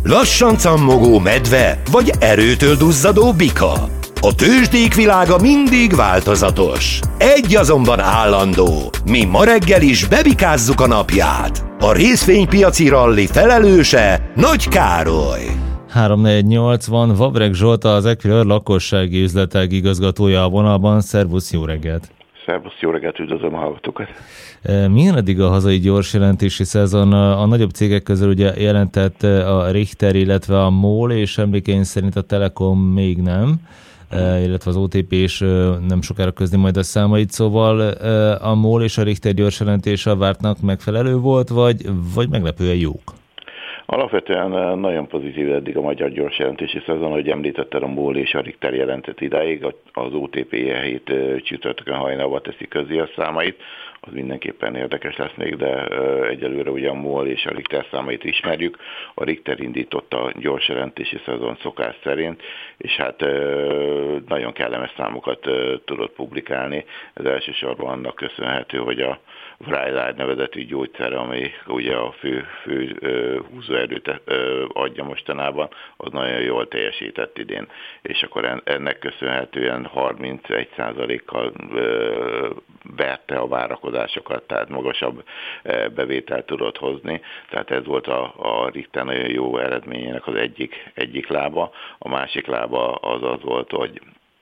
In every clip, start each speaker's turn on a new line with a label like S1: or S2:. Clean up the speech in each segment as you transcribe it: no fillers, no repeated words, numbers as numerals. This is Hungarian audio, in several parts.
S1: lassan cammogó medve vagy erőtől duzzadó bika. A tőzsdék világa mindig változatos. Egy azonban állandó. Mi ma reggel is bebikázzuk a napját. A részvénypiaci ralli felelőse Nagy Károly.
S2: 348 Vavreg Zsolt, az Equilor lakossági üzletág igazgatója a vonalban. Szervusz, jó reggelt!
S3: Szervusz, jó reggelt, üdvözlöm a hallgatókat!
S2: Milyen eddig a hazai gyors jelentési szezon? A nagyobb cégek közül ugye jelentett a Richter, illetve a MOL, és emlékeim szerint a Telekom még nem, illetve az OTP is nem sokára közli majd a számait, szóval a MOL és a Richter gyors jelentése a vártnak megfelelő volt, vagy meglepően jók?
S3: Alapvetően nagyon pozitív eddig a magyar gyors jelentési szezon, ahogy említetted, a MOL és a Richter jelentett idáig, az OTP hét csütörtökön hajnalban teszi közé a számait, az mindenképpen érdekes lesz még, de egyelőre ugye a MOL és a Richter számait ismerjük. A Richter indította a gyors jelentési szezon szokás szerint, és hát nagyon kellemes számokat tudott publikálni. Ez elsősorban annak köszönhető, hogy a Vraylar nevezetű gyógyszer, ami ugye a fő húzóerőt adja mostanában, az nagyon jól teljesített idén. És akkor ennek köszönhetően 31%-kal verte a várakozásokat, tehát magasabb bevételt tudott hozni. Tehát ez volt a Richter nagyon jó eredményének az egyik lába. A másik lába az volt, hogy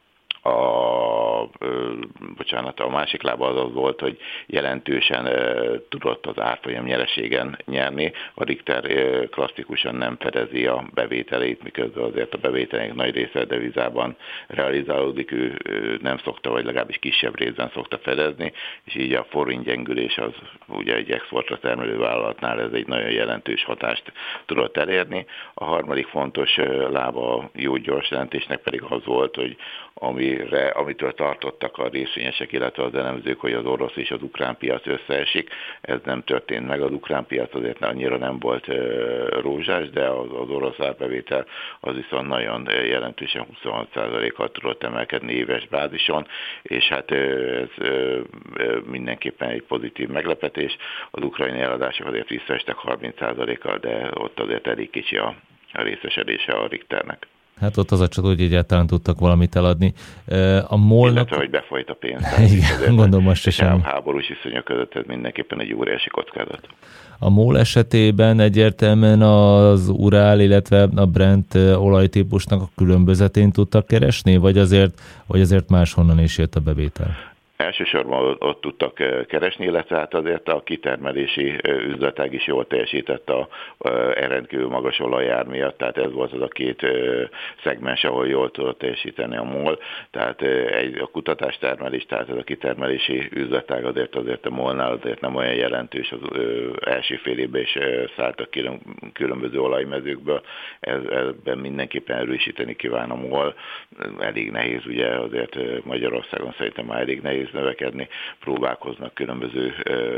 S3: a másik lába az volt, hogy jelentősen tudott az árfolyam nyereségen nyerni. A Richter klasszikusan nem fedezi a bevételét, miközben azért a bevételének nagy része devizában realizálódik, ő nem szokta, vagy legalábbis kisebb részben szokta fedezni, és így a forint gyengülés az ugye egy exportra termelő vállalatnál ez egy nagyon jelentős hatást tudott elérni. A harmadik fontos lába a jó gyors jelentésnek pedig az volt, hogy amitől tartottak a részvényesek, illetve az elemzők, hogy az orosz és az ukrán piac összeesik. Ez nem történt meg, az ukrán piac azért annyira nem volt rózsás, de az orosz árbevétel az viszont nagyon jelentősen 26%-kal tudott emelkedni éves bázison, és hát ez mindenképpen egy pozitív meglepetés. Az ukrajnai eladások azért visszaestek 30%-kal, de ott azért elég kicsi a részesedése a Richternek.
S2: Hát ott az a csoda, hogy egyáltalán tudtak valamit eladni. A MOL-nak...
S3: Illetve, hogy befolyt a pénz.
S2: Igen, gondolom most sem.
S3: A háborús viszonyok között ez mindenképpen egy óriási kockázat.
S2: A MOL esetében egyértelműen az Urál, illetve a Brent olajtípusnak a különbözetén tudtak keresni, vagy azért máshonnan is jött a bevétel?
S3: Elsősorban ott tudtak keresni, illetve hát azért a kitermelési üzletág is jól teljesített a rendkívül magas olajár miatt, tehát ez volt az a két szegmens, ahol jól tudott teljesíteni a MOL, tehát a kutatástermelés, tehát ez a kitermelési üzletág azért a MOL-nál azért nem olyan jelentős, az első fél évben is szálltak különböző olajmezőkből, ebben mindenképpen erősíteni kíván a MOL. Elég nehéz, ugye azért Magyarországon szerintem már elég nehéz növekedni, próbálkoznak különböző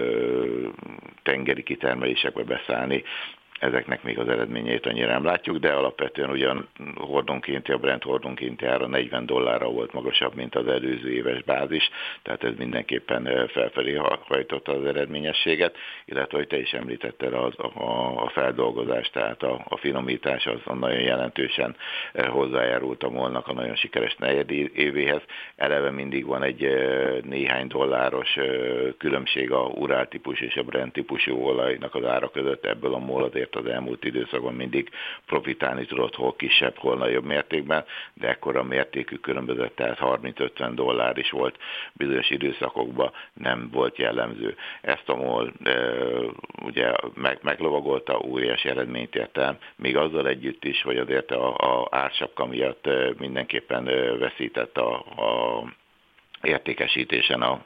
S3: tengeri kitermelésekbe beszállni. Ezeknek még az eredményeit annyira nem látjuk, de alapvetően ugyan hordonkénti, a Brent hordonkénti ára $40 volt magasabb, mint az előző éves bázis, tehát ez mindenképpen felfelé hajtotta az eredményességet, illetve, hogy te is említetted, a feldolgozás, tehát a finomítás az nagyon jelentősen hozzájárult a MOL-nak a nagyon sikeres negyed évéhez. Eleve mindig van egy néhány dolláros különbség a Urál típus és a Brent típusú olajnak az ára között, ebből a MOL azért az elmúlt időszakban mindig profitálni tudott, hol kisebb, hol nagyobb mértékben, de ekkora mértékű különbözet, tehát $30-50 is volt bizonyos időszakokban, nem volt jellemző. Ezt a MOL ugye meglovagolta, óriási eredményt ért el, még azzal együtt is, hogy azért a ársapka miatt mindenképpen veszített a értékesítésen a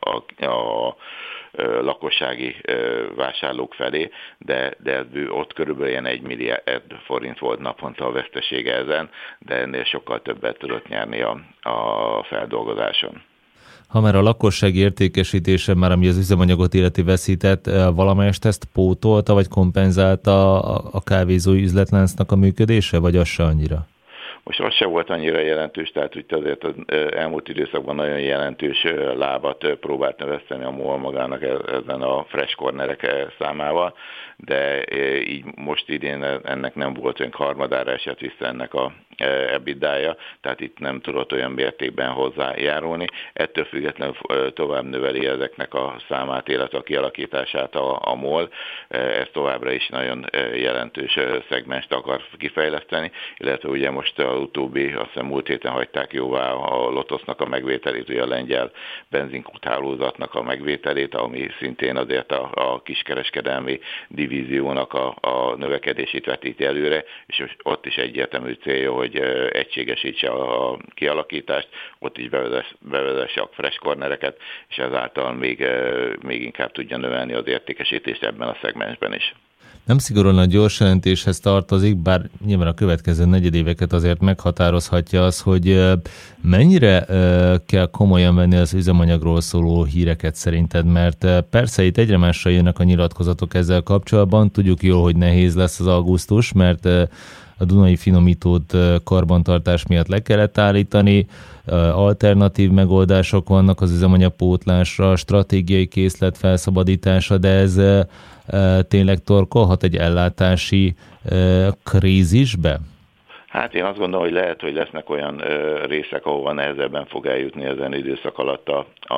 S3: lakossági vásárlók felé, de ott körülbelül ilyen 1 milliárd forint volt naponta a vesztesége ezen, de ennél sokkal többet tudott nyerni a feldolgozáson.
S2: Ha már a lakossági értékesítése, már ami az üzemanyagot illeti veszített, valamelyest ezt pótolta, vagy kompenzálta a kávézói üzletláncnak a működése, vagy az se annyira?
S3: Most az se volt annyira jelentős, tehát úgy azért az elmúlt időszakban nagyon jelentős lábat próbált növeszteni a MOL magának ezen a fresh cornerek számával, de így most idén ennek nem volt olyan harmadára esett vissza ennek a EBITDA-ja, tehát itt nem tudott olyan mértékben hozzájárulni. Ettől függetlenül tovább növeli ezeknek a számát, illetve a kialakítását a MOL. Ez továbbra is nagyon jelentős szegmenst akar kifejleszteni, illetve ugye most az utóbbi, azt hiszem múlt héten hagyták jóvá a Lotosznak a megvételét, ugye a lengyel benzinkúthálózatnak a megvételét, ami szintén azért a kiskereskedelmi divíziónak a növekedését vetíti előre, és ott is egyértelmű célja, hogy egységesítse a kialakítást, ott is bevezesse a fresh cornereket, és ezáltal még inkább tudja növelni az értékesítést ebben a szegmensben is.
S2: Nem szigorúan a gyors jelentéshez tartozik, bár nyilván a következő negyedéveket azért meghatározhatja az, hogy mennyire kell komolyan venni az üzemanyagról szóló híreket szerinted, mert persze itt egyre másra jönnek a nyilatkozatok ezzel kapcsolatban, tudjuk jól, hogy nehéz lesz az augusztus, mert a Dunai finomítót karbantartás miatt le kellett állítani, alternatív megoldások vannak az üzemanyagpótlásra, stratégiai készlet felszabadítása, de ez tényleg torkolhat egy ellátási krízisbe? Hát
S3: én azt gondolom, hogy lehet, hogy lesznek olyan részek, ahova nehezebben fog eljutni ezen időszak alatt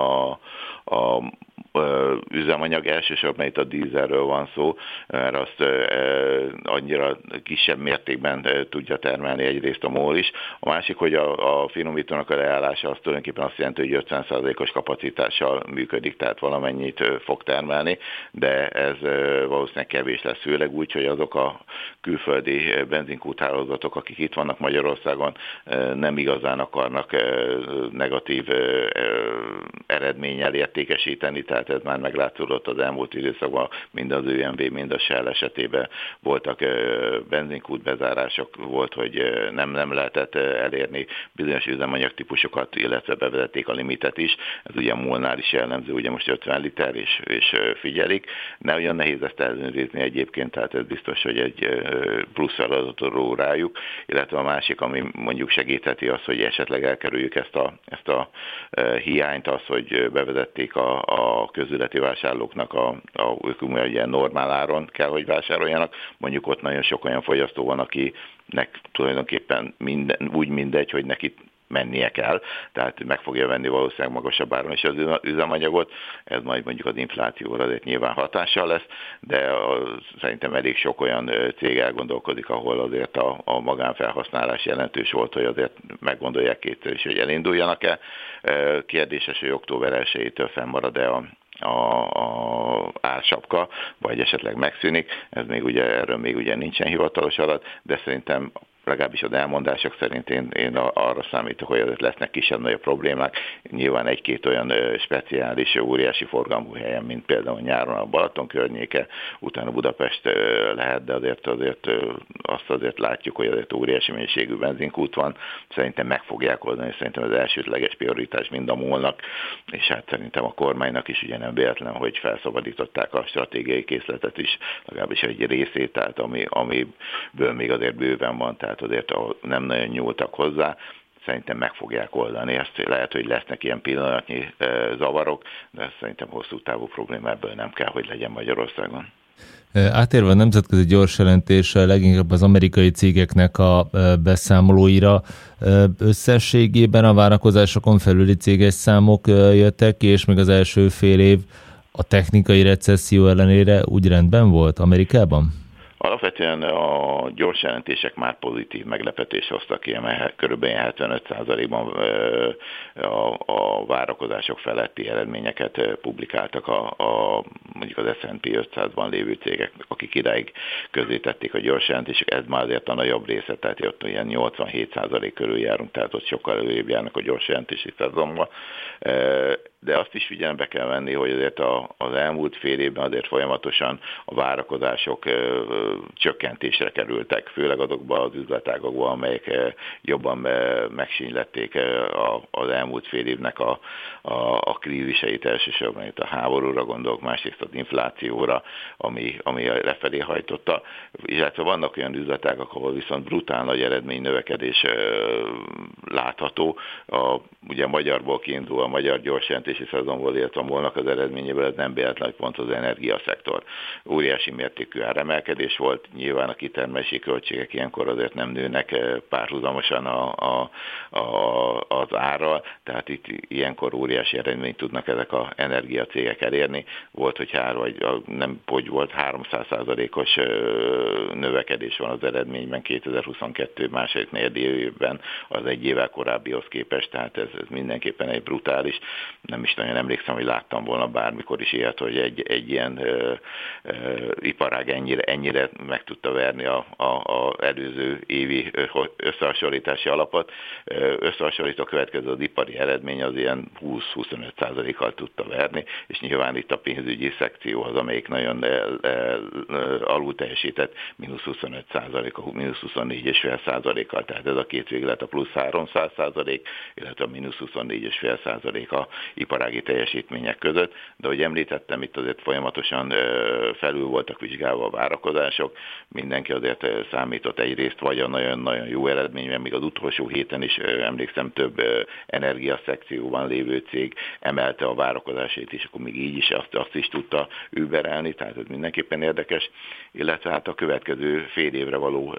S3: a üzemanyag, elsősorban itt a dízelről van szó, mert azt annyira kisebb mértékben tudja termelni egyrészt a MOL is. A másik, hogy a finomítónak a leállása az tulajdonképpen azt jelenti, hogy 50%-os kapacitással működik, tehát valamennyit fog termelni, de ez valószínűleg kevés lesz, főleg úgy, hogy azok a külföldi benzinkúthálózatok, akik itt vannak Magyarországon, nem igazán akarnak negatív eredménnyel értékesíteni, tehát ez már meglátszódott az elmúlt időszakban, mind az ÖMV, mind a Shell esetében voltak benzinkút bezárások, volt, hogy nem lehetett elérni bizonyos üzemanyagtípusokat, illetve bevezették a limitet is. Ez ugye a MOL-nál is jellemző, ugye most 50 liter és figyelik. Ne olyan nehéz ezt ellenőrizni egyébként, tehát ez biztos, hogy egy plusz feladatot ró rájuk, illetve a másik, ami mondjuk segítheti az, hogy esetleg elkerüljük ezt a hiányt, az, hogy bevezették a közületi vásárlóknak ők ugye normál áron kell, hogy vásároljanak. Mondjuk ott nagyon sok olyan fogyasztó van, akinek tulajdonképpen úgy mindegy, hogy neki mennie kell, tehát meg fogja venni valószínűleg magasabb áron is az üzemanyagot, ez majd mondjuk az inflációra azért nyilván hatással lesz, de szerintem elég sok olyan cég elgondolkodik, ahol azért a magánfelhasználás jelentős volt, hogy azért meggondolják kétszer is, hogy elinduljanak-e. Kérdéses, hogy október 1-től fennmarad-e a ársapka, vagy esetleg megszűnik, erről még ugye nincsen hivatalos adat, de szerintem legalábbis az elmondások szerint én arra számítok, hogy azért lesznek kisebb-nagyobb problémák. Nyilván egy-két olyan speciális, óriási forgalmú helyen, mint például nyáron a Balaton környéke, utána Budapest lehet, de azért látjuk, hogy azért óriási mennyiségű benzinkút van. Szerintem meg fogják oldani, szerintem az elsődleges prioritás mind a MOL-nak, és hát szerintem a kormánynak is ugye nem véletlen, hogy felszabadították a stratégiai készletet is, legalábbis egy részét, tehát amiből még azért bőven van, tehát azért nem nagyon nyúltak hozzá, szerintem meg fogják oldani. Ezt lehet, hogy lesznek ilyen pillanatnyi zavarok, de szerintem hosszú távú probléma ebből nem kell, hogy legyen Magyarországon.
S2: Átérve a nemzetközi gyors jelentéssel, leginkább az amerikai cégeknek a beszámolóira, összességében a várakozásokon felüli céges számok jöttek ki, és még az első fél év a technikai recesszió ellenére úgy rendben volt Amerikában?
S3: Alapvetően a gyors jelentések már pozitív meglepetést hoztak ki, mert kb. 75%-ban a várakozások feletti eredményeket publikáltak mondjuk az S&P 500-ban lévő cégek, akik idáig közzétették a gyors jelentések. Ez már azért a nagyobb része, tehát ott ilyen 87% körül járunk, tehát ott sokkal előrébb járnak a gyors jelentési szezonban. de azt is figyelembe kell venni, hogy azért az elmúlt fél évben azért folyamatosan a várakozások csökkentésre kerültek, főleg azokban az üzletágokban, amelyek jobban megsínylették az elmúlt fél évnek a kríziseit, elsősorban itt a háborúra gondolok, másrészt az inflációra, ami lefelé hajtotta, illetve vannak olyan üzletágak, ahol viszont brutál nagy eredménynövekedés látható. Ugye a magyarból kiindul, a magyar gyors jelentési szezonból, illetve a MOL-nak az eredményéből, ez nem véletlen, hogy pont az energiaszektor. Óriási mértékű áremelkedés volt, nyilván a kitermelési költségek ilyenkor azért nem nőnek párhuzamosan az árral, tehát itt ilyenkor óriási eredményt tudnak ezek az energiacégek elérni. Volt, hogy volt 300%-os növekedés van az eredményben 2022 második negyedévében az egy évvel korábbihoz képest, tehát ez mindenképpen egy brutális. Nem is nagyon emlékszem, hogy láttam volna bármikor is ilyet, hogy egy ilyen iparág ennyire meg tudta verni a előző évi összehasonlítási alapot. Összehasonlítva következő az ipari eredmény az ilyen 20-25%-kal tudta verni, és nyilván itt a pénzügyi szekció az, amelyik nagyon alul teljesített, -25%, -24,5%-kal, tehát ez a két véglet a plusz 300%, illetve a -24,5% a iparági teljesítmények között, de ahogy említettem, itt azért folyamatosan felül voltak vizsgálva a várakozások, mindenki azért számított egyrészt vagy a nagyon-nagyon jó eredményben, még az utolsó héten is emlékszem több energiaszekcióban lévő cég emelte a várakozásait, és akkor még így is azt is tudta überelni, tehát ez mindenképpen érdekes, illetve hát a következő fél évre való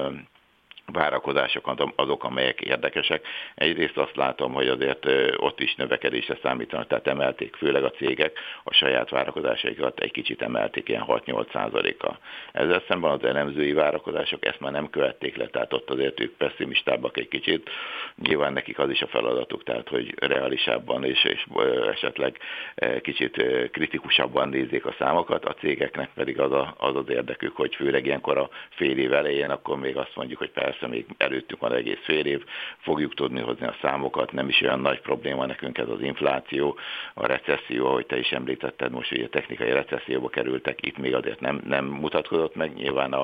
S3: várakozások azok, amelyek érdekesek. Egyrészt azt látom, hogy azért ott is növekedésre számítanak, tehát emelték, főleg a cégek a saját várakozásaikat egy kicsit emelték, ilyen 6-8%-kal. Ezzel szemben az elemzői várakozások ezt már nem követték le, tehát ott azért ők pesszimistábbak egy kicsit. Nyilván nekik az is a feladatuk, tehát hogy reálisabban és esetleg kicsit kritikusabban nézzék a számokat, a cégeknek pedig az érdekük, hogy főleg ilyenkor a fél év elején, akkor még azt mondjuk, hogy persze még előttünk van egész fél év, fogjuk tudni hozni a számokat, nem is olyan nagy probléma nekünk ez az infláció, a recesszió, ahogy te is említetted, most ugye technikai recesszióba kerültek, itt még azért nem mutatkozott meg, nyilván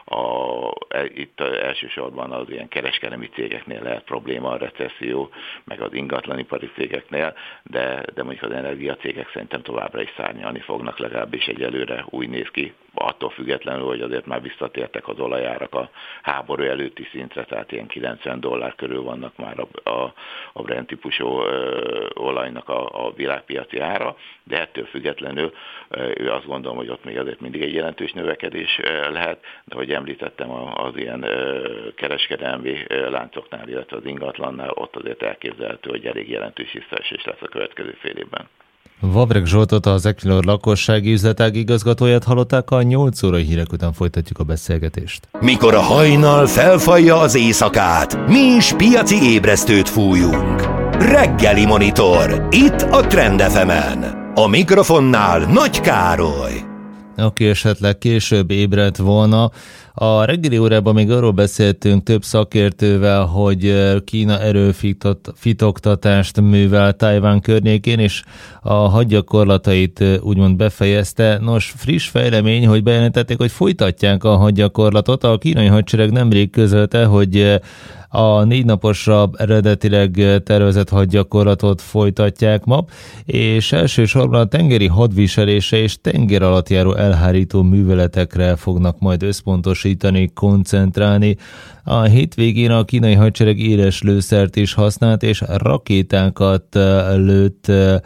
S3: itt elsősorban az ilyen kereskedelmi cégeknél lehet probléma a recesszió, meg az ingatlanipari cégeknél, de mondjuk az energiacégek szerintem továbbra is szárnyalni fognak, legalábbis egyelőre úgy néz ki, attól függetlenül, hogy azért már visszatértek az olajárak a háború előtti szintre, tehát ilyen $90 körül vannak már a Brent típusú olajnak a világpiaci ára, de ettől függetlenül azt gondolom, hogy ott még azért mindig egy jelentős növekedés lehet, de ahogy említettem, az ilyen kereskedelmi láncoknál, illetve az ingatlannál ott azért elképzelhető, hogy elég jelentős visszaesés lesz a következő fél évben.
S2: Vavreg Zsoltot, az Equinor lakossági üzletág igazgatóját hallották, a 8 órai hírek után folytatjuk a beszélgetést.
S1: Mikor a hajnal felfalja az éjszakát, mi is piaci ébresztőt fújunk. Reggeli Monitor, itt a Trend FM-en. A mikrofonnál Nagy Károly.
S2: Aki esetleg később ébredt volna, a reggeli órában még arról beszéltünk több szakértővel, hogy Kína erőfitoktatást művel Tajván környékén, és a hadgyakorlatait úgymond befejezte. Nos, friss fejlemény, hogy bejelentették, hogy folytatják a hadgyakorlatot. A kínai hadsereg nemrég közölte, hogy a 4 naposra eredetileg tervezett hadgyakorlatot folytatják ma, és elsősorban a tengeri hadviselésre és tenger alatt járó elhárító műveletekre fognak majd összpontosítani, koncentrálni. A hétvégén a kínai hadsereg éles lőszert is használt, és rakétákat lőtt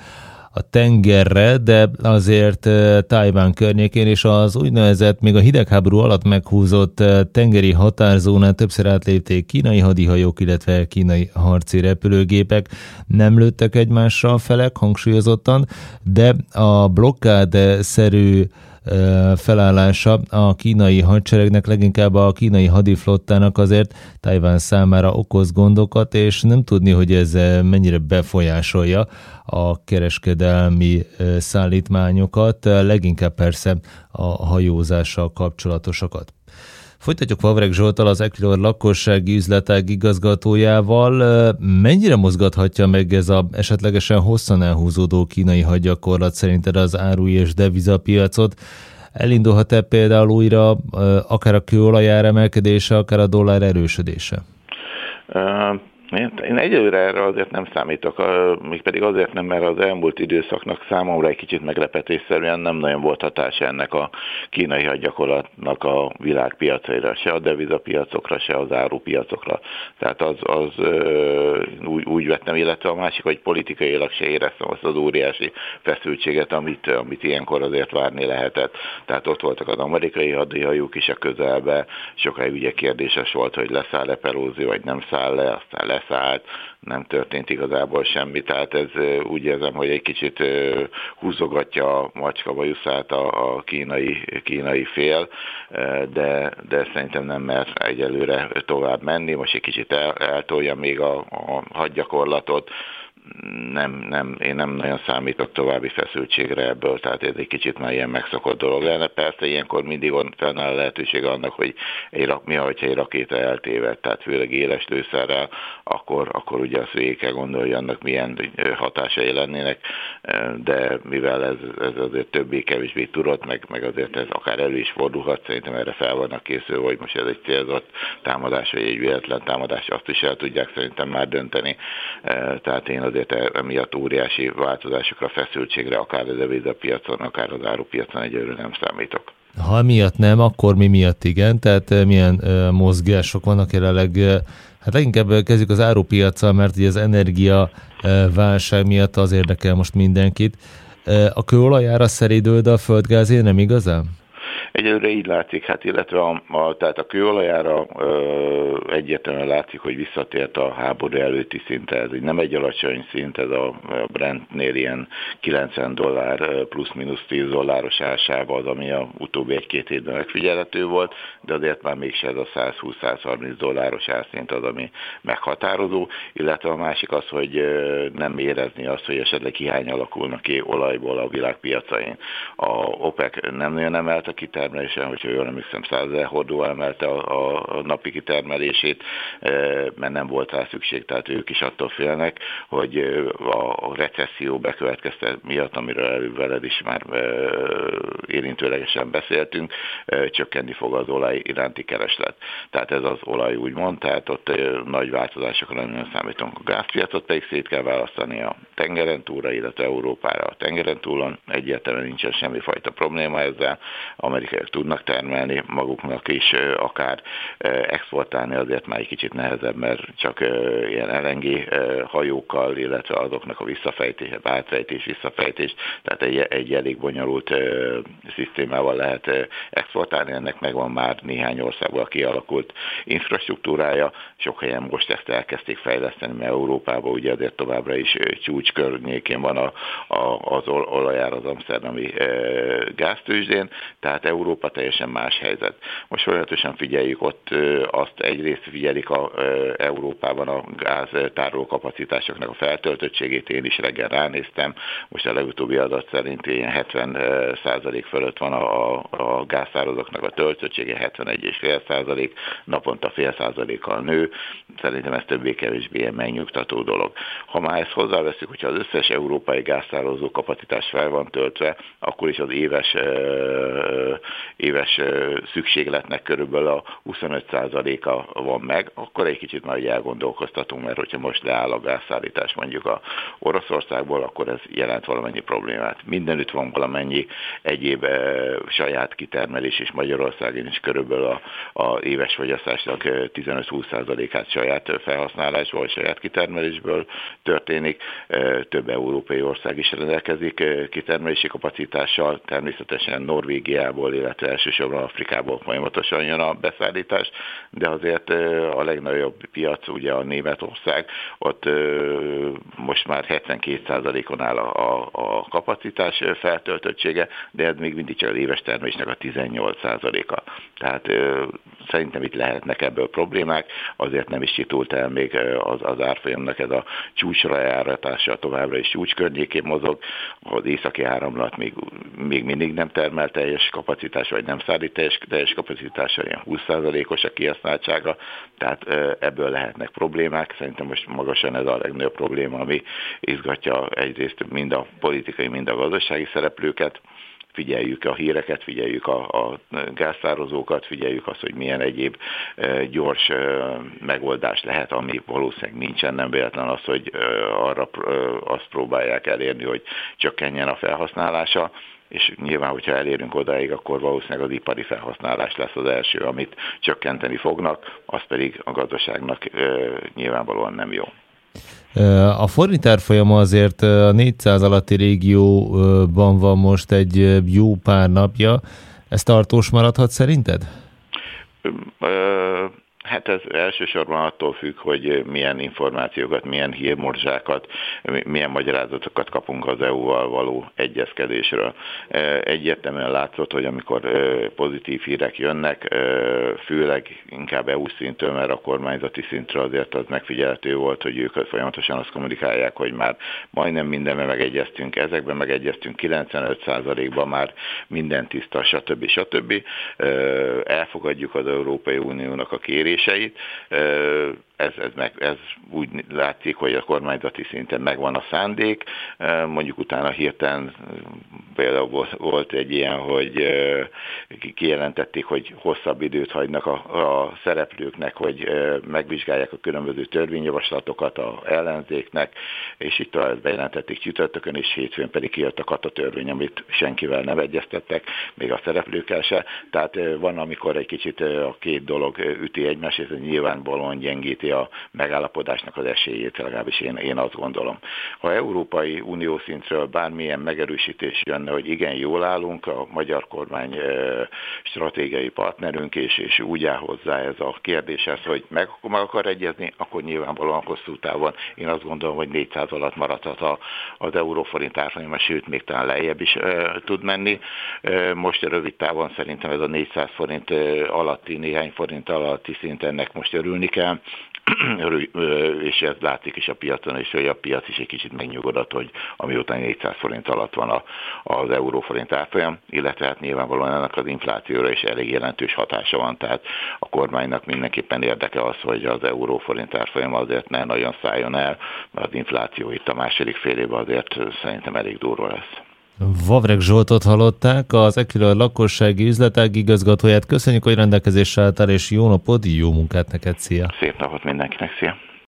S2: a tengerre, de azért Tajván környékén és az úgynevezett, még a hidegháború alatt meghúzott tengeri határzónán többször átlépték kínai hadihajók, illetve kínai harci repülőgépek. Nem lőttek egymásra a felek hangsúlyozottan, de a blokkád-szerű felállása a kínai hadseregnek, leginkább a kínai hadiflottának azért Tajván számára okoz gondokat, és nem tudni, hogy ez mennyire befolyásolja a kereskedelmi szállítmányokat, leginkább persze a hajózással kapcsolatosokat. Folytatjuk Vavreg Zsolttal, az Equilor lakossági üzletág igazgatójával. Mennyire mozgathatja meg ez a esetlegesen hosszan elhúzódó kínai hadgyakorlat szerinted az áru- és devizapiacot? Elindulhat-e például újra akár a kőolaj áremelkedése, akár a dollár erősödése?
S3: Én egyelőre erre azért nem számítok, mégpedig azért nem, mert az elmúlt időszaknak számomra egy kicsit meglepetésszerűen nem nagyon volt hatása ennek a kínai hadgyakorlatnak a világpiacaira, se a devizapiacokra, se az árupiacokra. Tehát úgy vettem, illetve a másik, hogy politikailag se éreztem azt az óriási feszültséget, amit ilyenkor azért várni lehetett. Tehát ott voltak az amerikai hadihajók is a közelbe, sokáig ugye kérdéses volt, hogy leszáll-e Pelosi, vagy nem száll le, aztán leszállt, nem történt igazából semmi, tehát ez úgy érzem, hogy egy kicsit húzogatja a macska bajuszát a kínai fél, de szerintem nem mer egyelőre tovább menni, most egy kicsit eltolja még a hadgyakorlatot. Én nem nagyon számítok további feszültségre ebből, tehát ez egy kicsit már ilyen megszokott dolog lenne. Persze ilyenkor mindig fennáll a lehetőség annak, hogy hogyha egy rakéta eltéved, tehát főleg éles lőszerrel, akkor ugye azt végig kell gondolni, hogy annak milyen hatásai lennének, de mivel ez azért többé-kevésbé tudott, meg azért ez akár elő is fordulhat, szerintem erre fel vannak készülve, hogy most ez egy célzott támadás, vagy egy véletlen támadás, azt is el tudják szerintem már dönteni. Tehát én azért emiatt óriási változásokra, feszültségre, akár a devizapiacon, akár az árupiacon egyelőre nem számítok.
S2: Ha miatt nem, akkor mi miatt igen? Tehát milyen mozgások vannak jelenleg? Hát leginkább kezdjük az árupiacsal, mert ugye az energia válság miatt az érdekel most mindenkit. A kőolajára szeridül, de a földgázé nem igazán?
S3: Egyelőre így látszik, hát illetve tehát a kőolajára egyértelműen látszik, hogy visszatért a háború előtti szintre. Ez nem egy alacsony szint, ez a Brentnél ilyen $90 plusz-minusz $10 ásában az, ami a utóbbi egy-két hétben megfigyelhető volt, de azért már mégse ez a $120-130 árszint az, ami meghatározó, illetve a másik az, hogy nem érezni azt, hogy esetleg hiány alakulnak ki olajból a világpiacain. A OPEC nem nagyon emelte kitermelésen, hogyha jól emlékszem, 100 000 hordó emelte a napi kitermelését, mert nem volt rá szükség, tehát ők is attól félnek, hogy a recesszió bekövetkezte miatt, amiről előbb veled is már érintőlegesen beszéltünk, csökkenni fog az olaj iránti kereslet. Tehát ez az olaj úgymond, tehát ott nagy változásokra nem számítunk. A gázpiacot pedig szét kell választani a tengeren túlra, illetve Európára a tengeren túlon. Egyáltalán nincsen semmifajta probléma ezzel. Amerikaiak tudnak termelni maguknak is, akár exportálni azért már egy kicsit nehezebb, mert csak ilyen LNG hajókkal, illetve azoknak a visszafejtés, tehát egy elég bonyolult szisztémával lehet exportálni, ennek megvan már néhány országban kialakult infrastruktúrája, sok helyen most ezt elkezdték fejleszteni, mert Európában ugye azért továbbra is csúcs környékén van az olajár az amszterdami gáztőzsdén, tehát Európa teljesen más helyzet. Most folyamatosan figyeljük ott, azt egyrészt figyelik Európában a gáztároló kapacitásoknak a feltöltöttségét, én is reggel ránéztem, most a legutóbbi adat szerint ilyen 70% fölött van a gáztárolóknak a töltöttsége, 71,5%, naponta fél százalékkal nő, szerintem ez többé-kevésbé ilyen megnyugtató dolog. Ha már ezt hozzáveszünk, hogyha az összes európai gáztároló kapacitás fel van töltve, akkor is az éves szükségletnek körülbelül a 25%-a van meg, akkor egy kicsit már elgondolkoztatunk, mert hogyha most leáll a gázszállítás mondjuk a Oroszországból, akkor ez jelent valamennyi problémát. Mindenütt van valamennyi egyéb saját kitermelés, és Magyarországon is körülbelül a éves fogyasztásnak 15-20%-át saját felhasználásból, saját kitermelésből történik. Több európai ország is rendelkezik kitermelési kapacitással, természetesen Norvégiából, illetve elsősorban Afrikából folyamatosan jön a beszállítás, de azért a legnagyobb piac, ugye a Németország, ott most már 72%-on áll a kapacitás feltöltöttsége, de ez még mindig csak az éves termelésnek a 18%-a. Tehát szerintem itt lehetnek ebből problémák, azért nem is csitult el még az árfolyamnak ez a csúcsra járatása, továbbra is csúcs környékén mozog, az északi áramlat még mindig nem termel teljes kapacitást, kapacitás, vagy nem szállít teljes kapacitása, ilyen 20%-os a kihasználtsága, tehát ebből lehetnek problémák. Szerintem most magasan ez a legnagyobb probléma, ami izgatja egyrészt mind a politikai, mind a gazdasági szereplőket. Figyeljük a híreket, figyeljük a gáztározókat, figyeljük azt, hogy milyen egyéb gyors megoldás lehet, ami valószínűleg nincsen, nem véletlen az, hogy arra azt próbálják elérni, hogy csökkenjen a felhasználása, és nyilván, hogyha elérünk odáig, akkor valószínűleg az ipari felhasználás lesz az első, amit csökkenteni fognak, az pedig a gazdaságnak nyilvánvalóan nem jó.
S2: A forint árfolyama azért a 400 alatti régióban van most egy jó pár napja. Ez tartós maradhat szerinted?
S3: Hát ez elsősorban attól függ, hogy milyen információkat, milyen hírmorzsákat, milyen magyarázatokat kapunk az EU-val való egyezkedésről. Egyértelműen látszott, hogy amikor pozitív hírek jönnek, főleg inkább EU szintől, mert a kormányzati szintre azért az megfigyelhető volt, hogy ők folyamatosan azt kommunikálják, hogy már majdnem mindenben megegyeztünk, ezekben megegyeztünk, 95%-ban már minden tiszta, stb. Elfogadjuk az Európai Uniónak a kéréseit. Ez úgy látszik, hogy a kormányzati szinten megvan a szándék, mondjuk utána hirtelen például volt egy ilyen, hogy kijelentették, hogy hosszabb időt hagynak a szereplőknek, hogy megvizsgálják a különböző törvényjavaslatokat a ellenzéknek, és itt ezt bejelentették csütörtökön, és hétfőn pedig kijött a kata törvény, amit senkivel nem egyeztettek, még a szereplőkkel se. Tehát van, amikor egy kicsit a két dolog üti egymást, és ez nyilvánvalóan gyengíti a megállapodásnak az esélyét, legalábbis én azt gondolom. Ha Európai Unió szintről bármilyen megerősítés jönne, hogy igen, jól állunk, a magyar kormány stratégiai partnerünk, és úgy áll hozzá ez a kérdéshez, hogy meg akar egyezni, akkor nyilvánvalóan hosszú távon én azt gondolom, hogy 400 alatt maradhat az euróforint árfolyama, sőt, még talán lejjebb is tud menni. Most rövid távon szerintem ez a 400 forint alatti, néhány forint alatti szint, ennek most örülni kell, és ez látszik is a piacon, és hogy a piac is egy kicsit megnyugodott, hogy amióta 400 forint alatt van az euróforint árfolyam, illetve hát nyilvánvalóan ennek az inflációra is elég jelentős hatása van, tehát a kormánynak mindenképpen érdeke az, hogy az euróforint árfolyam azért ne nagyon szálljon el, mert az infláció itt a második fél évben azért szerintem elég durva lesz.
S2: Vavreg Zsoltot hallották, az Equilor lakossági üzletág igazgatóját. Köszönjük, hogy rendelkezésre álltál, és jó napot, jó munkát neked, szia!
S3: Szép napot mindenkinek, szia!